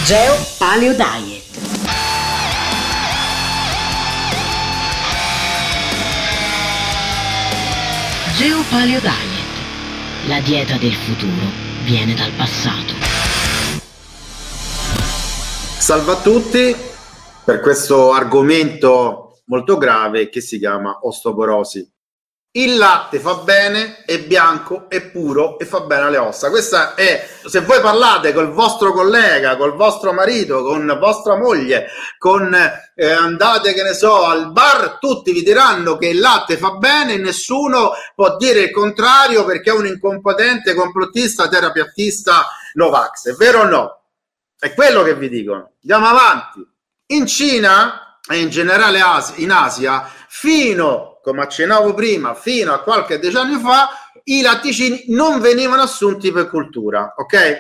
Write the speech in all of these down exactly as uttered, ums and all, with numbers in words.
Geo Paleo Diet. Geo Paleo Diet. La dieta del futuro viene dal passato. Salve a tutti per questo argomento molto grave che si chiama osteoporosi. Il latte fa bene, è bianco, è puro e fa bene alle ossa. Questa è, se voi parlate col vostro collega, col vostro marito, con vostra moglie, con eh, andate, che ne so, al bar, tutti vi diranno che il latte fa bene e nessuno può dire il contrario perché è un incompetente, complottista, terapeutista, Novax. È vero o no? È quello che vi dicono. Andiamo avanti. In Cina e in generale in Asia, fino come accennavo prima, fino a qualche decennio fa, i latticini non venivano assunti per cultura, ok?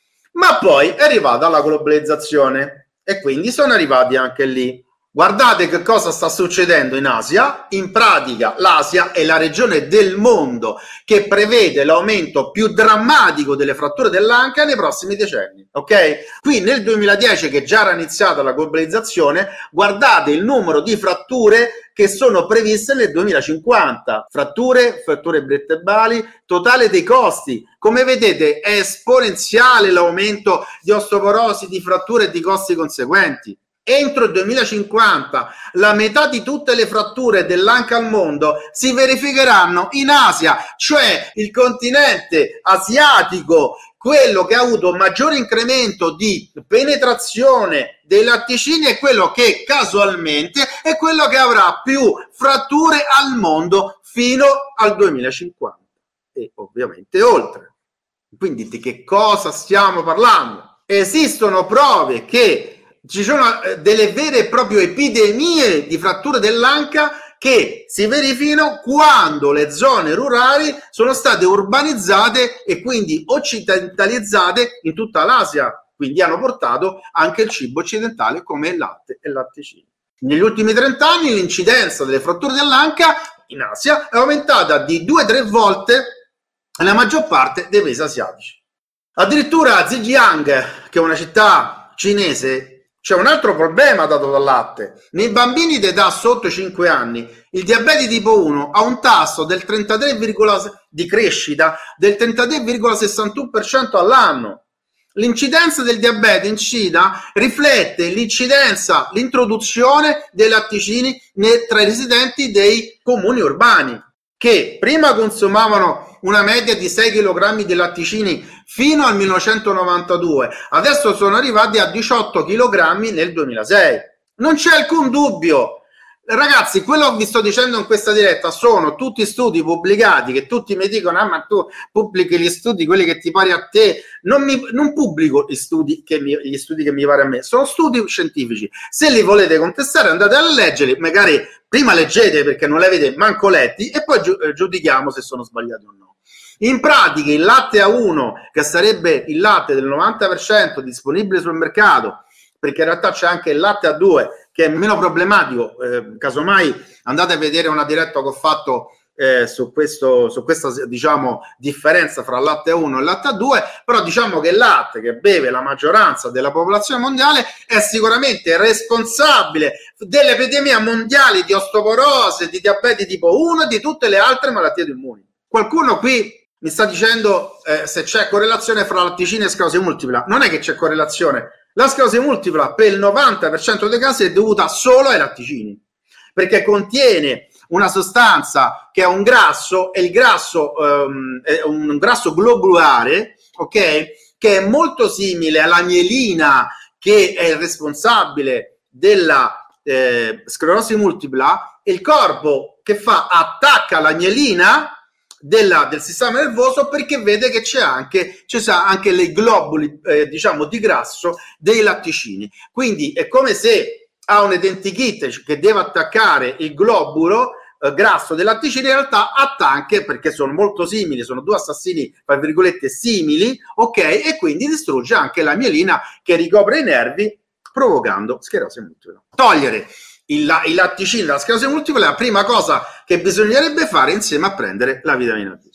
Ma poi è arrivata la globalizzazione e quindi sono arrivati anche lì. Guardate che cosa sta succedendo in Asia. In pratica l'Asia è la regione del mondo che prevede l'aumento più drammatico delle fratture dell'anca nei prossimi decenni, ok? Qui nel duemiladieci, che già era iniziata la globalizzazione, guardate il numero di fratture che sono previste nel duemilacinquanta. Fratture, fratture vertebrali, totale dei costi. Come vedete è esponenziale l'aumento di osteoporosi, di fratture e di costi conseguenti. Entro il duemilacinquanta la metà di tutte le fratture dell'anca al mondo si verificheranno in Asia, cioè il continente asiatico, quello che ha avuto maggiore incremento di penetrazione dei latticini è quello che casualmente è quello che avrà più fratture al mondo fino al duemilacinquanta e ovviamente oltre. Quindi di che cosa stiamo parlando? Esistono prove che ci sono delle vere e proprie epidemie di fratture dell'anca che si verificano quando le zone rurali sono state urbanizzate e quindi occidentalizzate in tutta l'Asia, quindi hanno portato anche il cibo occidentale come il latte e il latticino. Negli ultimi trenta anni l'incidenza delle fratture dell'anca in Asia è aumentata di due tre volte nella maggior parte dei paesi asiatici. Addirittura a Zhejiang, che è una città cinese, c'è un altro problema dato dal latte. Nei bambini d'età sotto i cinque anni, il diabete tipo uno ha un tasso del trentatré, di crescita del trentatré virgola sessantuno per cento all'anno. L'incidenza del diabete in Cina riflette l'incidenza, l'introduzione dei latticini tra i residenti dei comuni urbani, che prima consumavano una media di sei chilogrammi di latticini fino al millenovecentonovantadue, adesso sono arrivati a diciotto chilogrammi nel duemilasei. Non c'è alcun dubbio, ragazzi, quello che vi sto dicendo in questa diretta sono tutti studi pubblicati, che tutti mi dicono ah ma tu pubblichi gli studi, quelli che ti pare a te. Non, mi, non pubblico gli studi, che mi, gli studi che mi pare a me, sono studi scientifici. Se li volete contestare andate a leggerli, magari prima leggete perché non li avete manco letti e poi giudichiamo se sono sbagliati o no. In pratica il latte A uno, che sarebbe il latte del novanta per cento disponibile sul mercato, perché in realtà c'è anche il latte A due che è meno problematico, eh, casomai andate a vedere una diretta che ho fatto eh, su, questo, su questa diciamo differenza fra latte A uno e latte A due, però diciamo che il latte che beve la maggioranza della popolazione mondiale è sicuramente responsabile dell'epidemia mondiale di osteoporosi, di diabete tipo uno e di tutte le altre malattie autoimmuni. Qualcuno qui mi sta dicendo eh, se c'è correlazione fra latticini e sclerosi multipla. Non è che c'è correlazione. La sclerosi multipla per il novanta per cento dei casi è dovuta solo ai latticini, perché contiene una sostanza che è un grasso, e il grasso um, è un grasso globulare, ok, che è molto simile alla mielina, che è il responsabile della eh, sclerosi multipla. Il corpo che fa attacca la mielina Della, del sistema nervoso perché vede che c'è anche, ci sono anche le globuli eh, diciamo di grasso dei latticini, quindi è come se ha un identikit che deve attaccare il globulo eh, grasso dei latticini, in realtà attacca, perché sono molto simili, sono due assassini tra virgolette simili, ok, e quindi distrugge anche la mielina che ricopre i nervi, provocando sclerosi multipla. Togliere Il, i latticini della sclerosi multipla è la prima cosa che bisognerebbe fare insieme a prendere la vitamina D.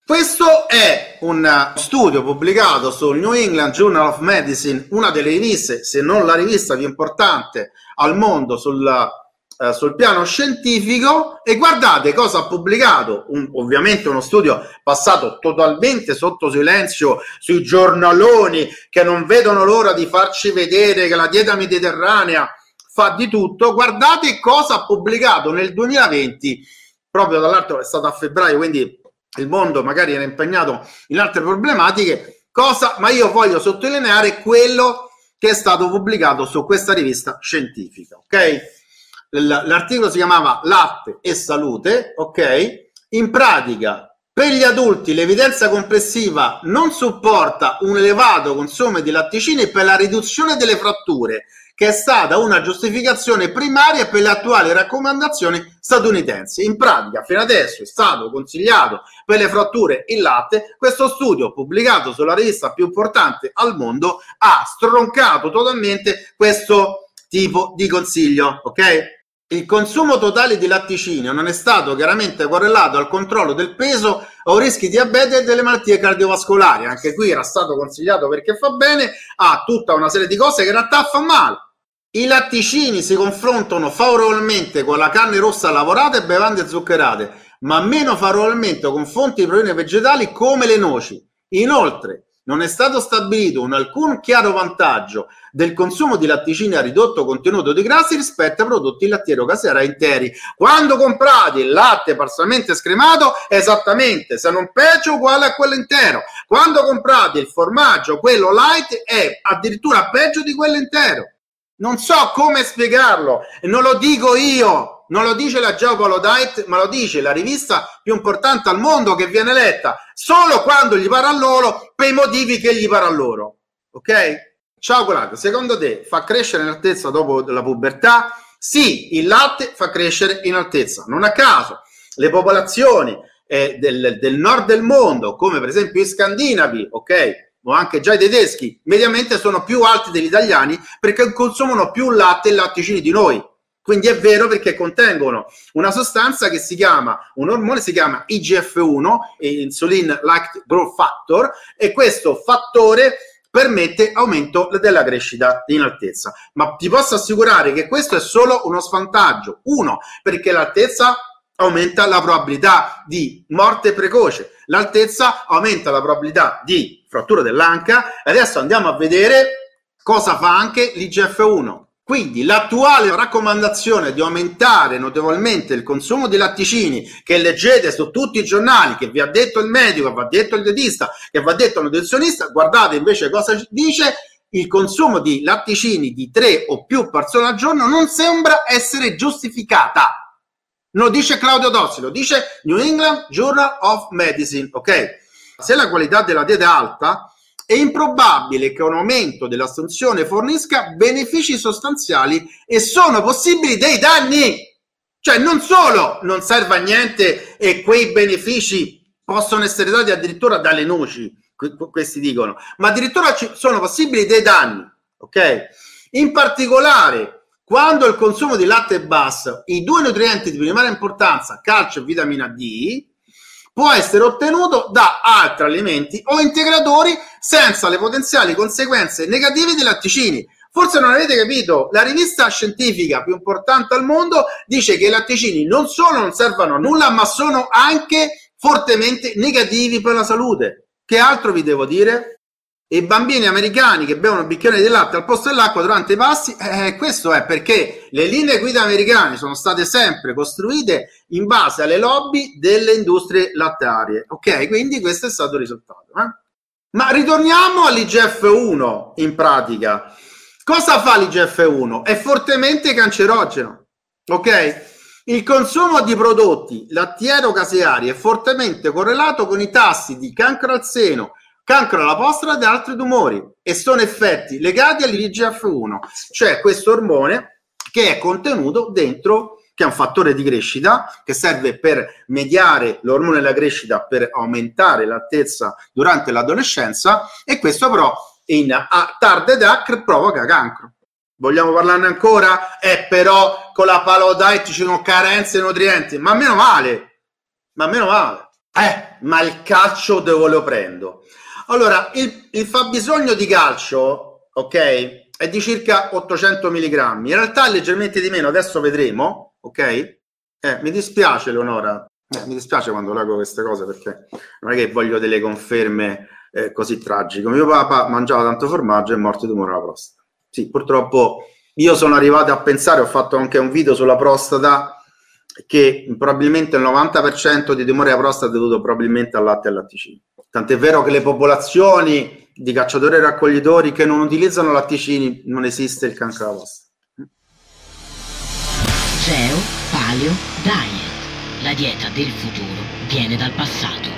Questo è un studio pubblicato sul New England Journal of Medicine, una delle riviste, se non la rivista più importante al mondo sul, eh, sul piano scientifico, e guardate cosa ha pubblicato, un, ovviamente uno studio passato totalmente sotto silenzio sui giornaloni che non vedono l'ora di farci vedere che la dieta mediterranea fa di tutto. Guardate cosa ha pubblicato nel duemilaventi, proprio dall'altro, è stato a febbraio, quindi il mondo magari era impegnato in altre problematiche, cosa, ma io voglio sottolineare quello che è stato pubblicato su questa rivista scientifica, ok? L'articolo si chiamava Latte e Salute, ok? In pratica, per gli adulti l'evidenza complessiva non supporta un elevato consumo di latticini per la riduzione delle fratture, che è stata una giustificazione primaria per le attuali raccomandazioni statunitensi. In pratica, fino adesso è stato consigliato per le fratture il latte. Questo studio, pubblicato sulla rivista più importante al mondo, ha stroncato totalmente questo tipo di consiglio, ok? Il consumo totale di latticini non è stato chiaramente correlato al controllo del peso o rischi di diabete e delle malattie cardiovascolari. Anche qui era stato consigliato perché fa bene a tutta una serie di cose che in realtà fa male. I latticini si confrontano favorevolmente con la carne rossa lavorata e bevande zuccherate, ma meno favorevolmente con fonti di proteine vegetali come le noci. Inoltre, non è stato stabilito un alcun chiaro vantaggio del consumo di latticini a ridotto contenuto di grassi rispetto ai prodotti lattiero-casera interi. Quando comprate il latte parzialmente scremato, è esattamente, se non peggio, uguale a quello intero. Quando comprate il formaggio, quello light, è addirittura peggio di quello intero. Non so come spiegarlo, e non lo dico io, non lo dice la Geopolo Diet, ma lo dice la rivista più importante al mondo, che viene letta solo quando gli pare a loro, per i motivi che gli pare a loro, ok? Ciao Colac, secondo te fa crescere in altezza dopo la pubertà? Sì, il latte fa crescere in altezza. Non a caso le popolazioni eh, del, del nord del mondo, come per esempio i scandinavi, ok, o anche già i tedeschi, mediamente sono più alti degli italiani perché consumano più latte e latticini di noi. Quindi è vero, perché contengono una sostanza che si chiama, un ormone si chiama I G F uno, Insulin Like Growth Factor, e questo fattore permette aumento della crescita in altezza. Ma ti posso assicurare che questo è solo uno svantaggio. Uno, perché l'altezza aumenta la probabilità di morte precoce, l'altezza aumenta la probabilità di frattura dell'anca. Adesso andiamo a vedere cosa fa anche l'I G F uno. Quindi l'attuale raccomandazione di aumentare notevolmente il consumo di latticini, che leggete su tutti i giornali, che vi ha detto il medico, che vi ha detto il dietista, che vi ha detto il nutrizionista, guardate invece cosa dice: il consumo di latticini di tre o più persone al giorno non sembra essere giustificata. Non lo dice Claudio Dossi, lo dice New England Journal of Medicine, ok? Se la qualità della dieta è alta, è improbabile che un aumento dell'assunzione fornisca benefici sostanziali e sono possibili dei danni. Cioè, non solo non serve a niente e quei benefici possono essere dati addirittura dalle noci, questi dicono, ma addirittura ci sono possibili dei danni, ok? In particolare, quando il consumo di latte è basso, i due nutrienti di primaria importanza, calcio e vitamina D, può essere ottenuto da altri alimenti o integratori senza le potenziali conseguenze negative dei latticini. Forse non avete capito, la rivista scientifica più importante al mondo dice che i latticini non solo non servono a nulla, ma sono anche fortemente negativi per la salute. Che altro vi devo dire? I bambini americani che bevono un bicchiere di latte al posto dell'acqua durante i pasti, eh, questo è perché le linee guida americane sono state sempre costruite in base alle lobby delle industrie lattarie, ok? Quindi questo è stato il risultato. Eh? Ma ritorniamo all'I G F uno. In pratica, cosa fa l'I G F uno? È fortemente cancerogeno, ok? Il consumo di prodotti lattiero-caseari è fortemente correlato con i tassi di cancro al seno, cancro alla prostate ed altri tumori, e sono effetti legati all'I G F uno, cioè questo ormone che è contenuto dentro, che è un fattore di crescita che serve per mediare l'ormone della crescita per aumentare l'altezza durante l'adolescenza, e questo però in a tarda età provoca cancro. Vogliamo parlarne ancora? Eh, però con la Paleo Diet ci sono carenze di nutrienti, ma meno male, ma meno male. Eh, ma il calcio dove lo prendo? Allora, il, il fabbisogno di calcio, ok, è di circa ottocento milligrammi. In realtà è leggermente di meno, adesso vedremo, ok? Eh, mi dispiace, Leonora. Eh, mi dispiace quando leggo queste cose, perché non è che voglio delle conferme eh, così tragiche. Mio papà mangiava tanto formaggio e è morto di tumore alla prostata. Sì, purtroppo io sono arrivato a pensare, ho fatto anche un video sulla prostata, che probabilmente il novanta per cento di tumore alla prostata è dovuto probabilmente al latte e al latticini. Tant'è vero che le popolazioni di cacciatori e raccoglitori che non utilizzano latticini, non esiste il cancro alla prostata. Geo Paleo Diet. La dieta del futuro viene dal passato.